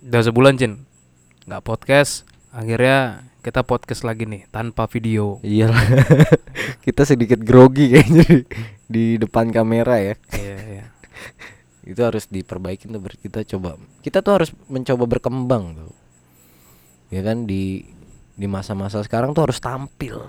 Udah sebulan Cin nggak podcast. Akhirnya kita podcast lagi nih tanpa video. Iyalah. Kita sedikit grogi kayaknya di depan kamera ya. Iya iya. Itu harus diperbaikin tuh. Kita tuh harus mencoba berkembang tuh. Ya kan di masa-masa sekarang tuh harus tampil.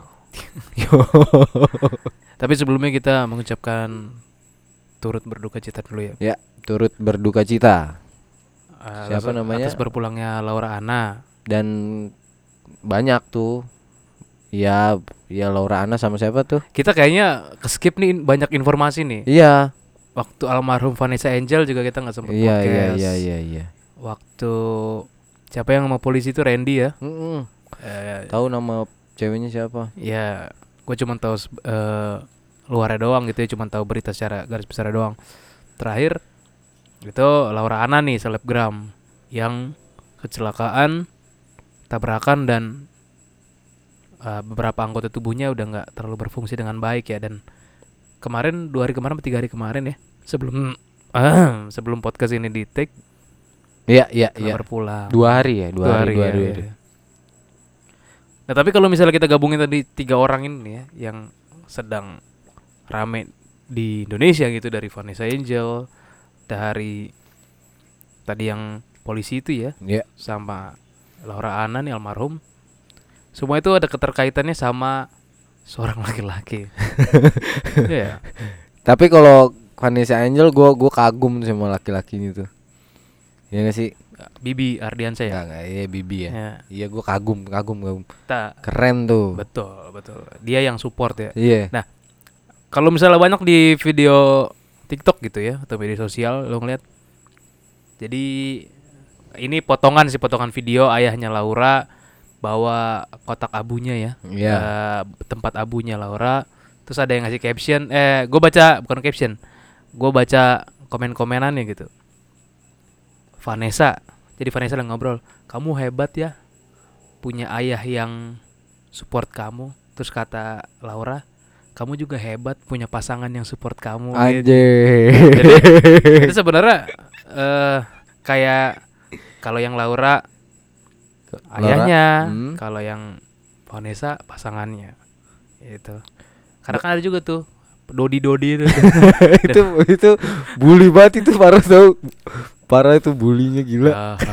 Tapi sebelumnya kita mengucapkan turut berduka cita dulu ya. Ya, turut berduka cita. Siapa namanya? Atas berpulangnya Laura Anna. Dan banyak tuh. Ya Laura Anna sama siapa tuh? Kita kayaknya keskip nih banyak informasi nih. Iya. Waktu almarhum Vanessa Angel juga kita nggak sempat Iya. podcast. Waktu siapa yang sama polisi itu Randy ya. Tahu nama ceweknya siapa? Ya, gue cuma tahu luarnya doang gitu ya, cuma tahu berita secara garis besar doang. Terakhir itu Laura Anna nih, selebgram yang kecelakaan, tabrakan dan beberapa anggota tubuhnya udah nggak terlalu berfungsi dengan baik ya. Dan kemarin 2 hari kemarin, 3 hari kemarin ya, sebelum podcast ini di take, Iya. berpulang. 2 hari ya, 2 hari. Ya. Nah tapi kalau misalnya kita gabungin tadi 3 orang ini ya, yang sedang rame di Indonesia gitu, dari Vanessa Angel, dari tadi yang polisi itu ya, sama Laura Anna nih almarhum, semua itu ada keterkaitannya sama seorang laki-laki. Iya. Tapi kalau Vanessa Angel gue kagum sama laki-lakinya tuh. Ya nggak sih? Bibi Ardiansyah ya. Nggak, iya Bibi ya. Ya. Iya gue kagum. Keren tuh. Betul. Dia yang support ya. Iya. Nah, kalau misalnya banyak di video TikTok gitu ya, atau media sosial lo ngeliat, jadi ini potongan video ayahnya Laura bawa kotak abunya ya, tempat abunya Laura. Terus ada yang ngasih caption, gue baca, bukan caption, gue baca komen-komenannya gitu. Vanessa lagi ngobrol, kamu hebat ya, punya ayah yang support kamu. Terus kata Laura, kamu juga hebat punya pasangan yang support kamu. Anjir. Jadi itu sebenarnya kayak kalau yang Laura ayahnya, kalau yang Vanessa pasangannya. Itu. Karena kan ada juga tuh Dodi itu. itu bully banget itu, parah itu bulinya gila.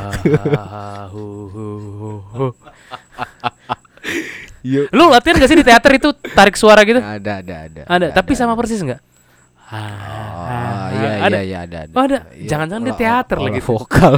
Lu latihan gak sih di teater itu tarik suara gitu? Ada. Tapi sama persis nggak? Iya ada. Oh, ada. Jangan-jangan di teater lagi. Vokal.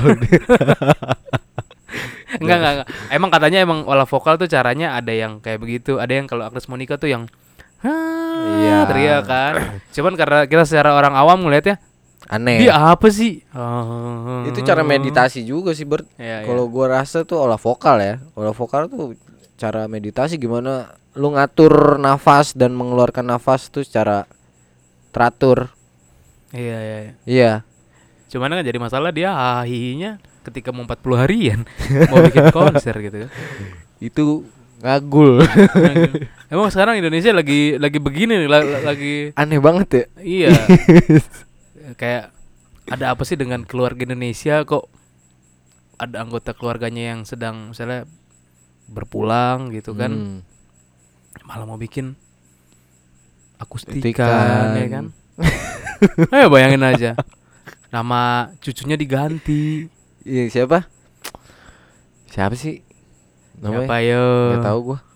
Enggak. Emang katanya olah vokal tuh caranya ada yang kayak begitu. Ada yang kalau Agnes Monica tuh yang teriak kan. Cuman karena kita secara orang awam ngeliatnya aneh. Dia apa sih? Itu cara meditasi juga sih, Bert. Kalau gua rasa tuh olah vokal ya. Olah vokal tuh cara meditasi, gimana lu ngatur nafas dan mengeluarkan nafas tuh secara teratur. Iya. Cuman kan jadi masalah dia hihinya ketika mau 40 harian mau bikin konser gitu. Itu ngagul. Emang sekarang Indonesia lagi begini nih, lagi aneh banget ya. Iya. Kayak ada apa sih dengan keluarga Indonesia, kok ada anggota keluarganya yang sedang misalnya berpulang gitu kan, malah mau bikin akustikan ya kan. Ayo bayangin aja, nama cucunya diganti. Iya, siapa sih namanya? Siapa yo? Gak tahu gua.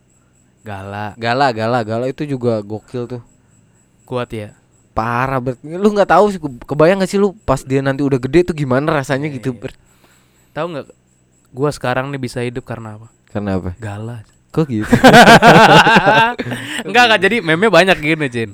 Gala itu juga gokil tuh. Kuat ya. Parah, lu nggak tahu sih, kebayang nggak sih lu pas dia nanti udah gede tuh gimana rasanya gitu. Tahu nggak? Gua sekarang nih bisa hidup karena apa? Karena apa? Gala. Kok gitu? Enggak, jadi meme banyak gini, Jin.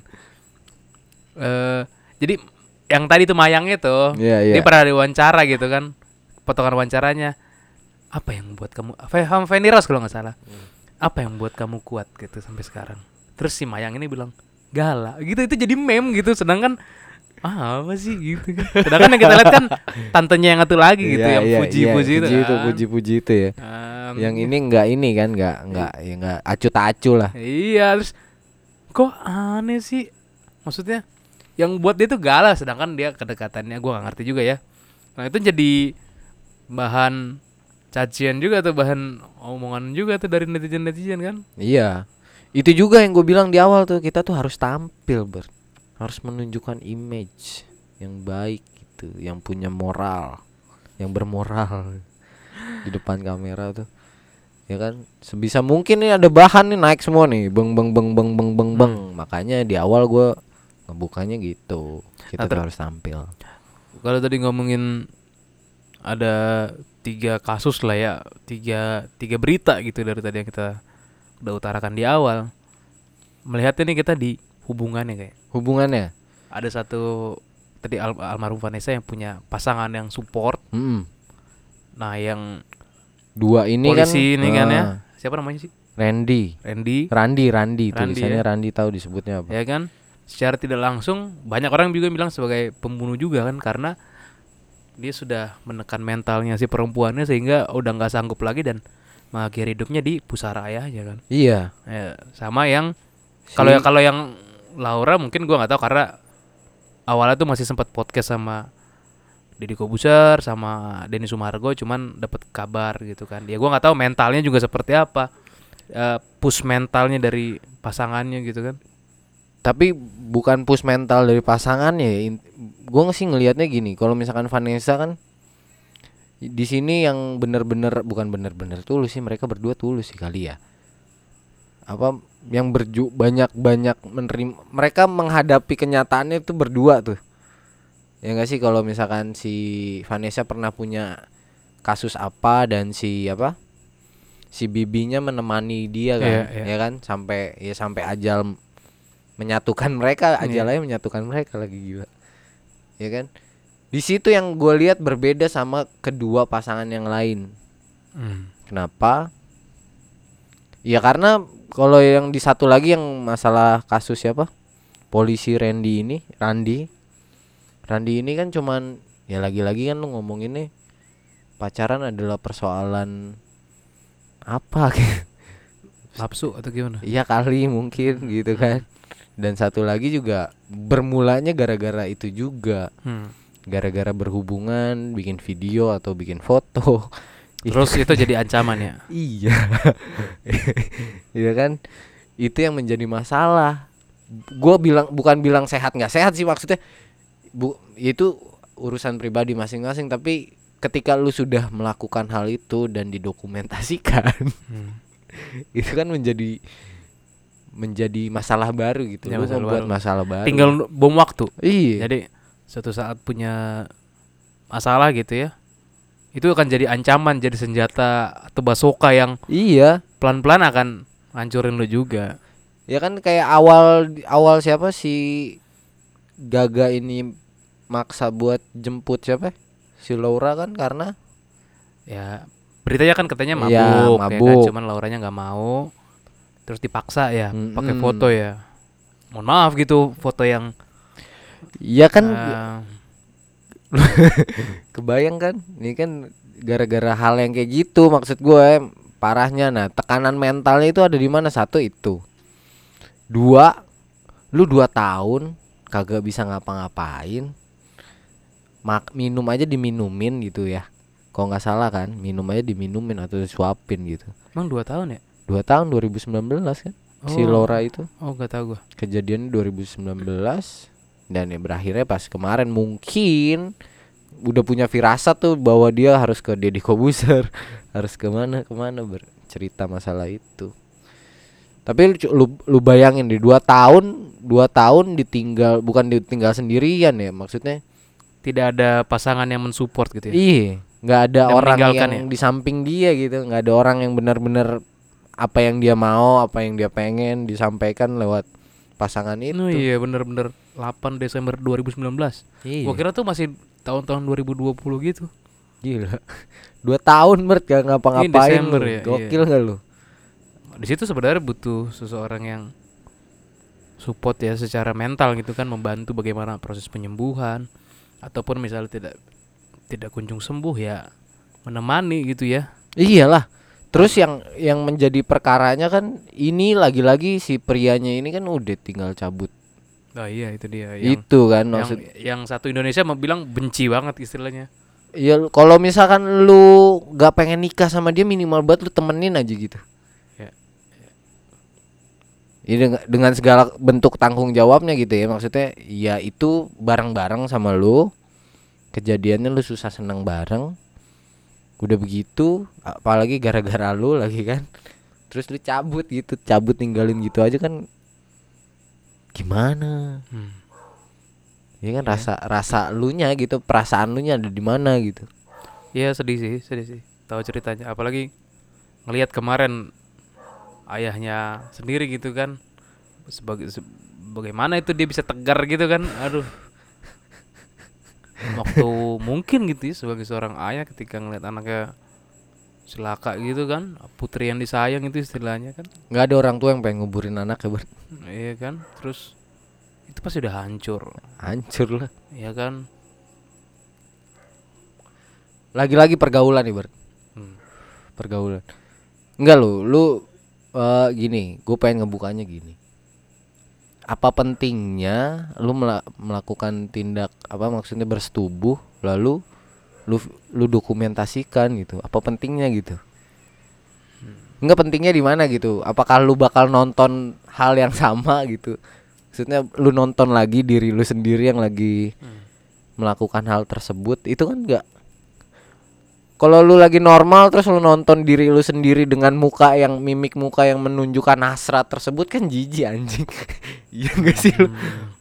Jadi yang tadi tuh Mayangnya tuh, dia pernah diwawancara gitu kan. Potongan wawancaranya, apa yang membuat kamu, Feni Rose kalau nggak salah, apa yang membuat kamu kuat gitu sampai sekarang? Terus si Mayang ini bilang Gala gitu. Itu jadi meme gitu. Sedangkan apa sih gitu kan. Sedangkan yang kita lihat kan tantenya yang satu lagi gitu, yang puji-puji itu kan. Puji-puji itu ya. Yang ini enggak acu tak acu lah. Iya, terus kok aneh sih. Maksudnya yang buat dia tuh Gala, sedangkan dia kedekatannya gue nggak ngerti juga ya. Nah itu jadi bahan cacian juga tuh, bahan omongan juga tuh dari netizen kan. Iya. Itu juga yang gue bilang di awal tuh, kita tuh harus tampil harus menunjukkan image yang baik gitu, yang punya moral, yang bermoral di depan kamera tuh. Ya kan, sebisa mungkin nih ada bahan nih naik semua nih, beng. Makanya di awal gue ngebukanya gitu, kita tuh harus tampil. Kalau tadi ngomongin ada 3 kasus lah ya, tiga berita gitu dari tadi yang kita udah utarakan di awal. Melihatnya nih kita di hubungannya ada satu tadi almarhum Vanessa yang punya pasangan yang support. Nah yang dua ini polisi ini kan ya, siapa namanya sih? Randi tulisannya ya? Randi, tahu disebutnya apa ya kan. Secara tidak langsung banyak orang juga bilang sebagai pembunuh juga kan, karena dia sudah menekan mentalnya si perempuannya sehingga udah nggak sanggup lagi dan mengakhiri hidupnya di pusara ayahnya kan. Iya ya, sama yang kalau yang Laura mungkin gue nggak tahu, karena awalnya tuh masih sempat podcast sama Deddy Kobuser sama Denny Sumargo, cuman dapat kabar gitu kan. Dia gue nggak tahu mentalnya juga seperti apa, push mentalnya dari pasangannya gitu kan. Tapi bukan push mental dari pasangannya. Gue sih ngelihatnya gini, kalau misalkan Vanessa kan di sini yang benar-benar bukan benar-benar tulus sih, mereka berdua tulus sih kali ya. Apa yang banyak menerima, mereka menghadapi kenyataannya itu berdua tuh. Ya enggak sih, kalau misalkan si Vanessa pernah punya kasus apa dan si bibinya menemani dia kan, ya kan sampai ajal menyatukan mereka, ajalnya menyatukan mereka lagi, gila. Ya kan? Di situ yang gue lihat berbeda sama kedua pasangan yang lain. Kenapa? Ya karena kalau yang di satu lagi yang masalah kasus siapa? Polisi Randi ini kan cuman ya lagi-lagi kan lu ngomongin nih pacaran adalah persoalan apa nafsu atau gimana? Iya kali mungkin gitu kan. Dan satu lagi juga bermulanya gara-gara itu juga. Gara-gara berhubungan, bikin video atau bikin foto. Terus itu jadi ancaman ya? Iya. Iya kan? Itu yang menjadi masalah. Gue bukan bilang sehat nggak sehat sih, maksudnya itu urusan pribadi masing-masing. Tapi ketika lu sudah melakukan hal itu dan didokumentasikan, itu kan menjadi masalah baru gitu. Ya, lu membuat masalah baru. Tinggal bom waktu. Iya. Jadi suatu saat punya masalah gitu ya, itu akan jadi ancaman, jadi senjata atau basoka yang pelan-pelan akan ngancurin lu juga. Ya kan kayak awal siapa si Gaga ini maksa buat jemput siapa? Si Laura kan karena ya beritanya kan katanya mabuk. Ya kan? Cuman Lauranya nggak mau, terus dipaksa ya pakai foto ya. Mohon maaf gitu, foto yang iya kan kebayang kan, ini kan gara-gara hal yang kayak gitu, maksud gue parahnya. Nah tekanan mentalnya itu ada di mana? Satu itu, dua, lu 2 tahun kagak bisa ngapa-ngapain, minum aja diminumin gitu ya, kalau nggak salah kan, minum aja diminumin atau disuapin gitu. Emang 2 tahun ya? 2 tahun 2019 kan. Si Laura itu. Oh gak tahu gue. Kejadian 2019 dan ya berakhirnya pas kemarin mungkin udah punya firasat tuh bahwa dia harus ke Deddy Kobuser, harus kemana bercerita masalah itu. Tapi lu bayangin di 2 tahun ditinggal, bukan ditinggal sendirian ya, maksudnya tidak ada pasangan yang mensupport gitu ya. Iya, nggak ada orang yang di samping dia gitu, nggak ada orang yang benar-benar apa yang dia mau, apa yang dia pengen disampaikan lewat pasangan itu. Oh iya bener-bener 8 Desember 2019. Iya. Gua kira tuh masih tahun-tahun 2020 gitu. Gila. 2 tahun gak ngapa-ngapain lu. Ya, gokil gak lu? Di situ sebenarnya butuh seseorang yang support ya secara mental gitu kan, membantu bagaimana proses penyembuhan, ataupun misalnya tidak kunjung sembuh ya menemani gitu ya. Iyalah. Terus yang menjadi perkaranya kan ini lagi-lagi si prianya ini kan udah tinggal cabut. Oh iya itu dia. Itu kan maksud yang satu Indonesia mau bilang benci banget istilahnya. Iya, kalau misalkan lu gak pengen nikah sama dia, minimal buat lu temenin aja gitu. Ya dengan segala bentuk tanggung jawabnya gitu ya. Maksudnya ya itu bareng-bareng sama lu. Kejadiannya lu susah senang bareng. Udah begitu, apalagi gara-gara lu lagi kan. Terus lu cabut gitu, cabut ninggalin gitu aja kan. Gimana? Ya kan rasa lu nya gitu, perasaan lu nya ada di mana gitu. Iya sedih sih. Tahu ceritanya. Apalagi ngelihat kemarin ayahnya sendiri gitu kan, bagaimana itu dia bisa tegar gitu kan. Aduh, waktu mungkin gitu ya, sebagai seorang ayah ketika ngeliat anaknya celaka gitu kan, putri yang disayang itu istilahnya kan. Nggak ada orang tua yang pengen nguburin anaknya, Iya kan, terus itu pasti udah hancur lah. Iya kan. Lagi-lagi pergaulan nih, pergaulan. Enggak lu gini, gue pengen ngebukanya gini. Apa pentingnya lu melakukan tindak apa maksudnya bersetubuh lalu lu dokumentasikan gitu? Apa pentingnya gitu? Enggak, pentingnya di mana gitu? Apakah lu bakal nonton hal yang sama gitu? Maksudnya lu nonton lagi diri lu sendiri yang lagi melakukan hal tersebut, itu kan enggak. Kalau lu lagi normal terus lu nonton diri lu sendiri dengan mimik muka yang menunjukkan hasrat tersebut, kan jijik anjing. Iya enggak sih lu?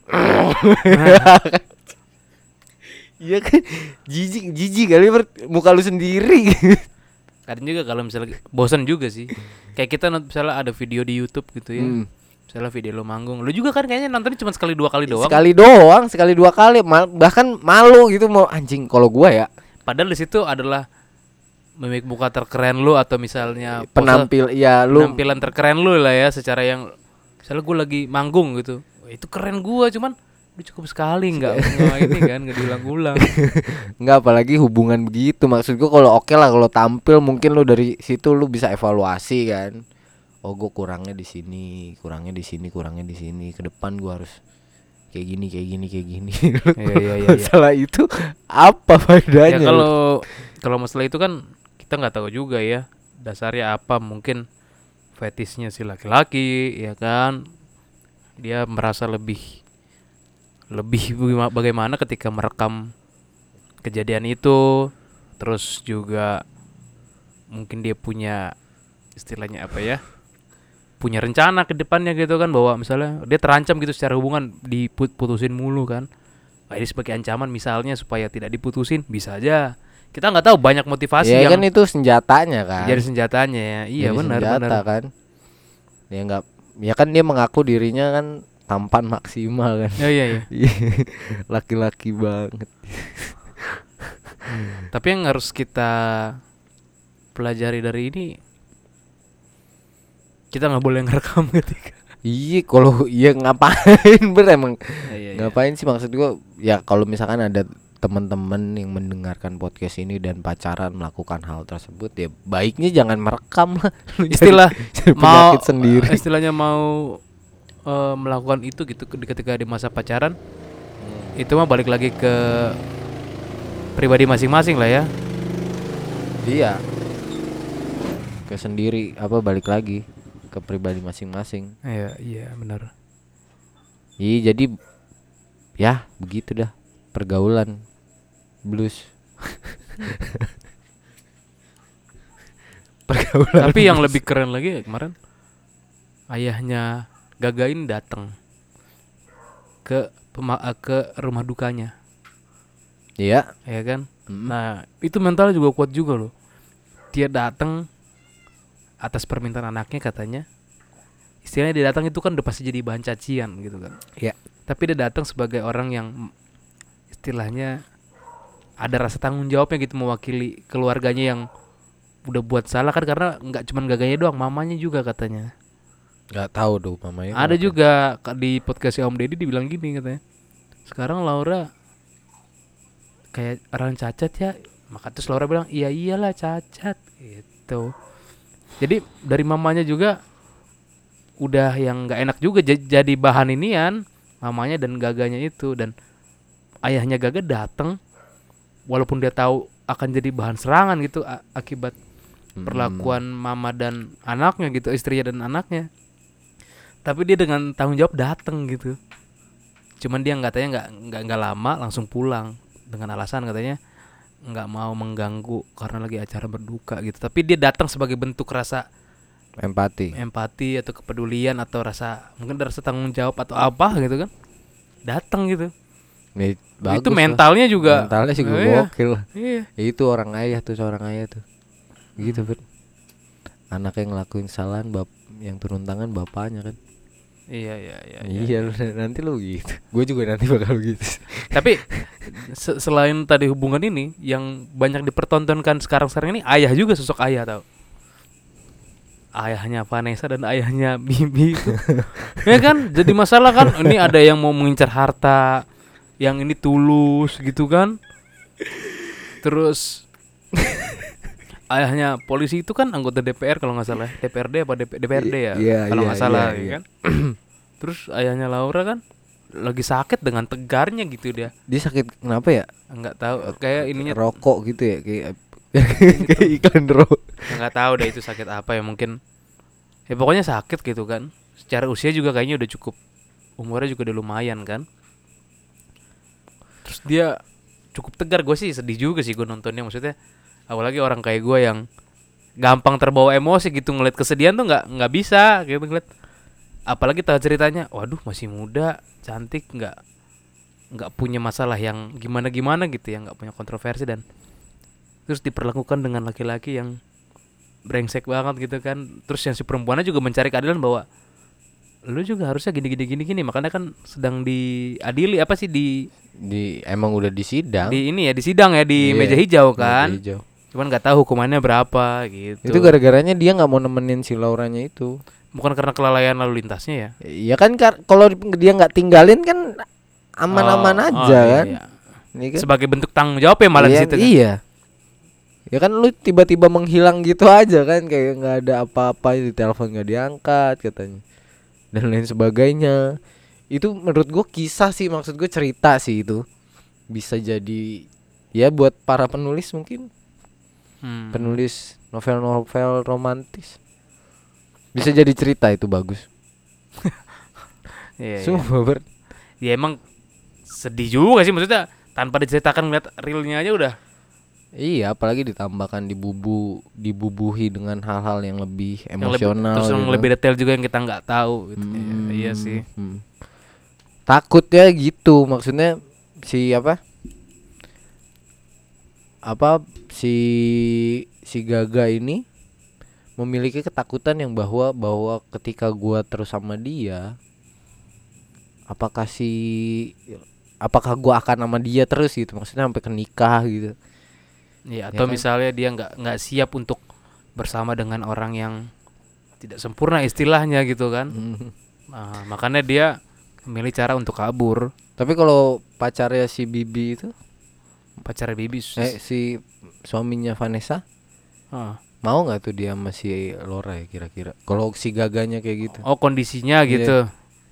Iya kan, jijik kali muka lu sendiri. Kadang juga kalau misalnya bosan juga sih. Kayak kita misalnya ada video di YouTube gitu ya. Misalnya video lu manggung, lu juga kan kayaknya nontonnya cuma sekali 2 kali doang. Sekali 2 kali, bahkan malu gitu mau anjing kalau gua ya. Padahal di situ adalah mimik muka terkeren lu atau misalnya penampilan terkeren lu lah ya, secara yang misalnya gue lagi manggung gitu. Itu keren gua, cuman lu cukup sekali enggak ini kan enggak diulang-ulang. Enggak, apalagi hubungan begitu. Maksud gua kalau oke lah kalau tampil mungkin lu dari situ lu bisa evaluasi kan. Oh, gua kurangnya di sini, kurangnya di sini. Ke depan gua harus kayak gini. Iya. Masalah itu apa faedahnya? Ya kalau masalah itu kan kita nggak tahu juga ya dasarnya apa. Mungkin fetishnya si laki-laki ya kan, dia merasa lebih bagaimana ketika merekam kejadian itu. Terus juga mungkin dia punya istilahnya apa ya, punya rencana ke depannya gitu kan, bahwa misalnya dia terancam gitu secara hubungan, diputusin mulu kan. Ini sebagai ancaman misalnya supaya tidak diputusin, bisa aja. Kita nggak tahu, banyak motivasi ya yang kan itu senjatanya kan. jadi senjatanya ya. Iya benar kan. Ya enggak, ya kan dia mengaku dirinya kan tampan maksimal kan. Iya. Laki-laki banget. Tapi yang harus kita pelajari dari ini, kita nggak boleh ngerekam ketika. Iya, kalau ngapain emang ngapain sih, maksud gua ya kalau misalkan ada teman-teman yang mendengarkan podcast ini dan pacaran melakukan hal tersebut, ya baiknya jangan merekam lah. Mau sendiri. Istilahnya mau melakukan itu gitu ketika di masa pacaran, itu mah balik lagi ke pribadi masing-masing lah ya. Iya, ke sendiri balik lagi ke pribadi masing-masing. Iya benar. Iya, jadi ya begitu dah pergaulan blues. Pergaulan. Tapi yang lebih keren lagi kemarin, ayahnya Gagain datang ke rumah dukanya. Iya. Ya kan. Nah itu mentalnya juga kuat juga loh. Dia datang atas permintaan anaknya katanya. Istilahnya dia datang itu kan udah pasti jadi bahan cacian gitu kan. Iya. Tapi dia datang sebagai orang yang istilahnya ada rasa tanggung jawabnya gitu, mewakili keluarganya yang udah buat salah kan, karena nggak cuma Gaganya doang, mamanya juga katanya. Nggak tahu tuh mamanya. Ada juga di podcast Om Deddy dibilang gini katanya, sekarang Laura kayak orang cacat ya. Maka terus Laura bilang iyalah cacat gitu. Jadi dari mamanya juga udah yang nggak enak juga jadi bahan inian mamanya dan Gaganya itu. Dan ayahnya Gaga datang walaupun dia tahu akan jadi bahan serangan gitu akibat perlakuan mama dan anaknya gitu, istrinya dan anaknya. Tapi dia dengan tanggung jawab datang gitu. Cuman dia katanya nggak lama langsung pulang dengan alasan katanya nggak mau mengganggu karena lagi acara berduka gitu. Tapi dia datang sebagai bentuk rasa empati atau kepedulian atau mungkin rasa tanggung jawab atau apa gitu kan. Datang gitu. Itu mentalnya juga gokil. Iya. Itu orang ayah tuh, seorang ayah tuh. Gitu kan. Anak yang ngelakuin kesalahan yang turun tangan bapaknya kan. Iya. Nanti lu gitu. Gue juga nanti bakal gitu. Tapi selain tadi hubungan ini yang banyak dipertontonkan sekarang ini, ayah juga, sosok ayah tau. Ayahnya Vanessa dan ayahnya Bibi itu. Ya kan jadi masalah kan. Ini ada yang mau mengincar harta, yang ini tulus gitu kan. Terus ayahnya polisi itu kan anggota DPR kalau nggak salah, DPRD apa DPRD ya, kalau nggak salah kan. Terus ayahnya Laura kan lagi sakit dengan tegarnya gitu dia. Dia sakit kenapa ya? Nggak tahu, kayak ininya rokok gitu ya, kayak iklan rokok. Nggak tahu deh itu sakit apa ya, mungkin ya pokoknya sakit gitu kan. Secara usia juga kayaknya udah cukup, umurnya juga udah lumayan kan. Terus dia cukup tegar. Gue sih sedih juga sih gue nontonnya, maksudnya apalagi orang kayak gue yang gampang terbawa emosi gitu, ngeliat kesedihan tuh nggak bisa gitu ngeliat. Apalagi tahu ceritanya, waduh masih muda, cantik, nggak punya masalah yang gimana gitu ya, nggak punya kontroversi, dan terus diperlakukan dengan laki-laki yang brengsek banget gitu kan. Terus yang si perempuannya juga mencari keadilan bahwa lu juga harusnya gini, makanya kan sedang diadili apa sih di emang udah di sidang. Di ini ya, di sidang ya, di meja hijau kan. Meja hijau. Cuman nggak tahu hukumannya berapa gitu. Itu gara-garanya dia nggak mau nemenin si Lauranya itu. Bukan karena kelalaian lalu lintasnya ya? Iya kan, kalau dia nggak tinggalin kan aman-aman aja kan. Iya. Kan. Sebagai bentuk tanggung jawab ya malah di situ kan. Iya. Ya kan lu tiba-tiba menghilang gitu aja kan, kayak nggak ada apa-apa, di telepon nggak diangkat katanya dan lain sebagainya. Itu menurut gue kisah sih, maksud gue cerita sih, itu bisa jadi ya buat para penulis mungkin. Penulis novel-novel romantis bisa jadi cerita, itu bagus. Sumpah ya emang sedih juga sih, maksudnya tanpa diceritakan, ngeliat realnya aja udah. Iya, apalagi ditambahkan dibubuhi dengan hal-hal yang lebih emosional, terus yang lebih detail juga yang kita nggak tahu gitu. Iya sih. Takutnya gitu, maksudnya si si Gaga ini memiliki ketakutan yang bahwa ketika gua terus sama dia, apakah gua akan sama dia terus gitu, maksudnya sampai ke nikah gitu. Ya, atau ya kan? Misalnya dia nggak siap untuk bersama dengan orang yang tidak sempurna istilahnya gitu kan. Nah, makanya dia memilih cara untuk kabur. Tapi kalau pacarnya si Bibi itu, pacarnya Bibi si suaminya Vanessa, mau nggak tuh dia masih Laura ya kira-kira? Kalau si Gaganya kayak gitu. Oh, kondisinya gitu.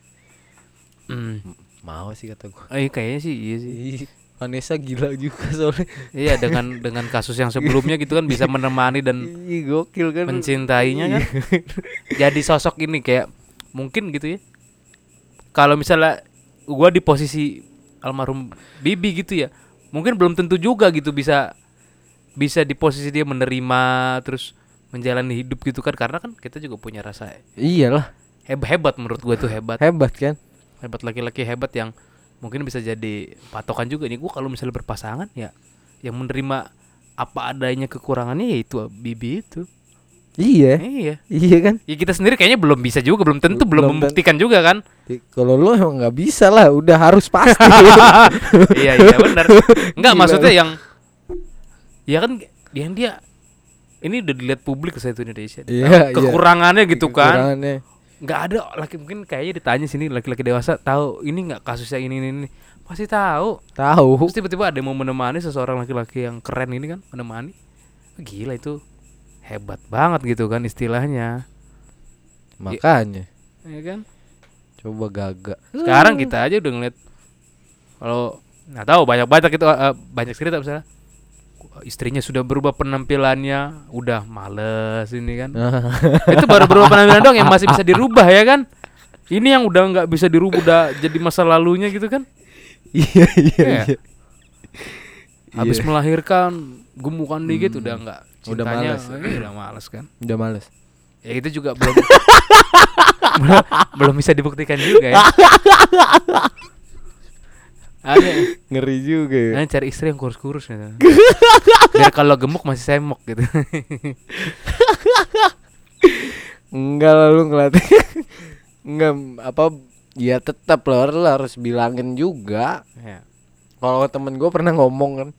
Mau sih kata gue. Kayaknya sih iya sih. Vanessa gila juga soalnya. Iya, dengan kasus yang sebelumnya gitu kan, bisa menemani dan gokil kan, mencintainya kan. Jadi sosok ini kayak mungkin gitu ya. Kalau misalnya gua di posisi almarhum Bibi gitu ya, mungkin belum tentu juga gitu bisa di posisi dia menerima terus menjalani hidup gitu kan, karena kan kita juga punya rasa. Iyalah. Hebat menurut gua tuh hebat. Hebat kan? Hebat, laki-laki hebat yang mungkin bisa jadi patokan juga nih. Gue kalau misalnya berpasangan ya yang menerima apa adanya kekurangannya, yaitu Bibi itu. Iya kan. Ya kita sendiri kayaknya belum bisa juga, belum tentu, belum membuktikan juga kan. Kalau lo emang nggak bisa lah, udah harus pasti. Iya benar. Enggak, maksudnya yang ya kan dia ini udah dilihat publik ke satu Indonesia. Kekurangannya gitu kan. Nggak ada laki, mungkin kayaknya ditanya sini laki-laki dewasa tahu ini nggak kasusnya ini pasti tahu. Terus tiba-tiba ada yang mau menemani seseorang laki-laki yang keren ini kan, menemani. Gila, itu hebat banget gitu kan istilahnya. Makanya ya kan, coba Gaga. Sekarang kita aja udah ngeliat, kalau nggak tahu banyak itu banyak cerita misalnya istrinya sudah berubah penampilannya, udah males ini kan. Itu baru berubah penampilan doang yang masih bisa dirubah ya kan. Ini yang udah nggak bisa dirubah, udah jadi masa lalunya gitu kan. Iya. Habis melahirkan gemukan dikit udah nggak, Udah cintanya males. udah males kan. Udah males. Ya itu juga belum belum bisa dibuktikan juga ya. Ngeri juga ya. Nah, cari istri yang kurus-kurus gitu. Biar kalau gemuk masih semok gitu. Enggak lah lu ngelatih. Enggak apa ya tetap lu harus bilangin juga. Ya. Kalau temen gue pernah ngomong kan.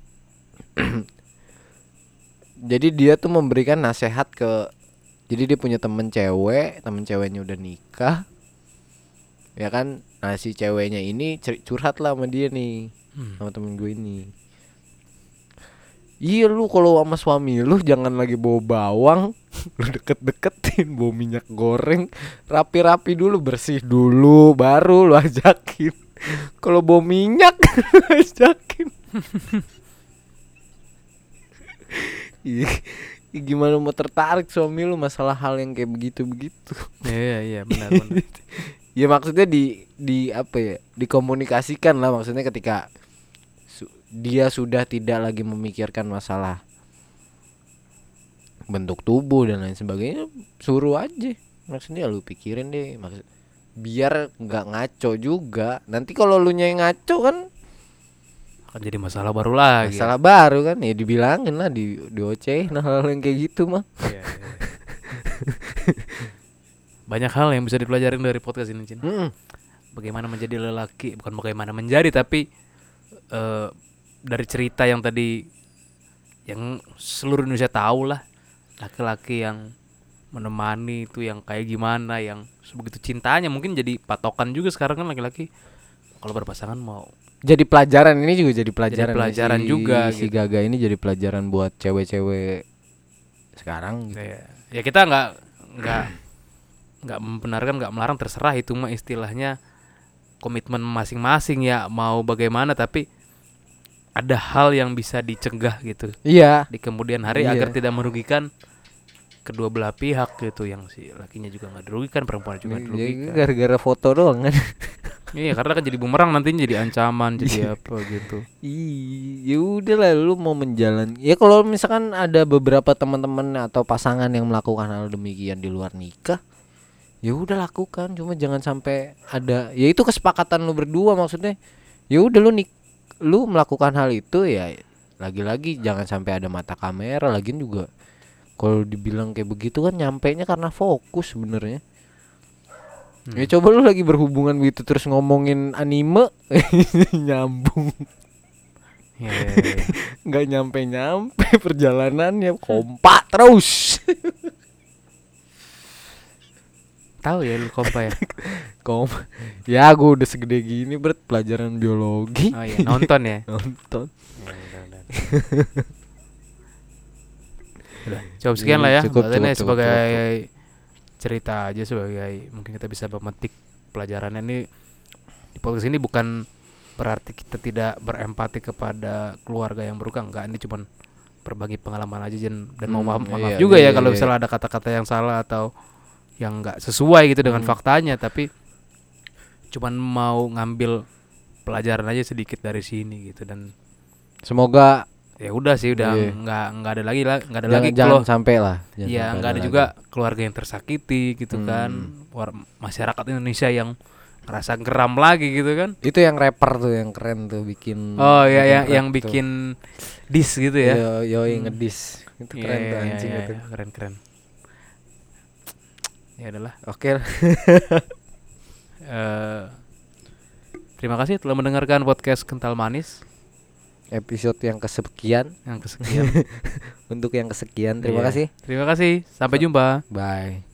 Jadi dia tuh memberikan nasihat ke, jadi dia punya temen ceweknya udah nikah. Ya kan, nah si ceweknya ini curhat lah sama dia nih, sama temen gue ini. Iya lu kalau sama suami lu jangan lagi bawa bawang, lu deket-deketin, bawa minyak goreng, rapi-rapi dulu, bersih dulu, baru lu ajakin. Kalau bawa minyak lu ajakin. Gimana mau tertarik suami lu masalah hal yang kayak begitu-begitu. Iya benar. Ya maksudnya di apa ya, dikomunikasikan lah, maksudnya ketika dia sudah tidak lagi memikirkan masalah bentuk tubuh dan lain sebagainya, suruh aja, maksudnya lu pikirin deh, biar nggak ngaco juga. Nanti kalau lu yang ngaco kan akan jadi masalah baru lagi. Masalah baru kan, ya dibilangin lah, diocehin hal yang kayak gitu mah. Iya. Banyak hal yang bisa dipelajarin dari podcast ini, Cin. Bagaimana menjadi lelaki, bukan bagaimana menjadi, tapi dari cerita yang tadi, yang seluruh Indonesia tahu lah, laki-laki yang menemani itu yang kayak gimana, yang sebegitu cintanya, mungkin jadi patokan juga sekarang kan laki-laki kalau berpasangan mau. Jadi pelajaran, ini juga jadi pelajaran juga si gitu. Gaga ini jadi pelajaran buat cewek-cewek sekarang gitu. Ya kita nggak membenarkan, nggak melarang, terserah, itu mah istilahnya komitmen masing-masing ya, mau bagaimana, tapi ada hal yang bisa dicegah gitu. Iya. Di kemudian hari agar tidak merugikan kedua belah pihak gitu, yang si lakinya juga nggak dirugikan, perempuan juga dirugikan. Gara-gara foto doang kan. Iya, karena kan jadi bumerang nantinya, jadi ancaman, jadi apa gitu. Ya udah lah, lu mau menjalani. Ya kalau misalkan ada beberapa teman-teman atau pasangan yang melakukan hal demikian di luar nikah, ya udah lakukan, cuma jangan sampai ada, ya itu kesepakatan lu berdua, maksudnya ya udah lu melakukan hal itu, ya lagi-lagi jangan sampai ada mata kamera. Lagian juga kalau dibilang kayak begitu kan nyampainya karena fokus sebenarnya. Ya coba lu lagi berhubungan gitu terus ngomongin anime, nyambung. Ya. Nggak nyampe perjalanannya, kompak terus. Tahu ya lu kompa ya. Ya gue udah segede gini pelajaran biologi. Oh iya, nonton ya. Nonton. Udah, cukup sekian lah ya. Cukup. Sebagai cerita aja, sebagai mungkin kita bisa memetik pelajarannya. Ini di podcast ini bukan berarti kita tidak berempati kepada keluarga yang berduka, enggak. Ini cuma berbagi pengalaman aja, dan mau maaf juga ya kalau misalnya ada kata-kata yang salah atau yang enggak sesuai gitu dengan faktanya, tapi cuman mau ngambil pelajaran aja sedikit dari sini gitu. Dan semoga ya udah sih, udah nggak ada lagi jangan sampai lah. Ya nggak ada juga keluarga yang tersakiti gitu kan, masyarakat Indonesia yang ngerasa geram lagi gitu kan. Itu yang rapper tuh yang keren tuh, bikin yang bikin diss gitu ya. Ngedis itu keren tuh, anjing itu. Keren. Ya adalah. Oke. Terima kasih telah mendengarkan podcast Kental Manis. Episode yang kesekian. Untuk yang kesekian. Terima kasih. Terima kasih. Sampai jumpa. Bye.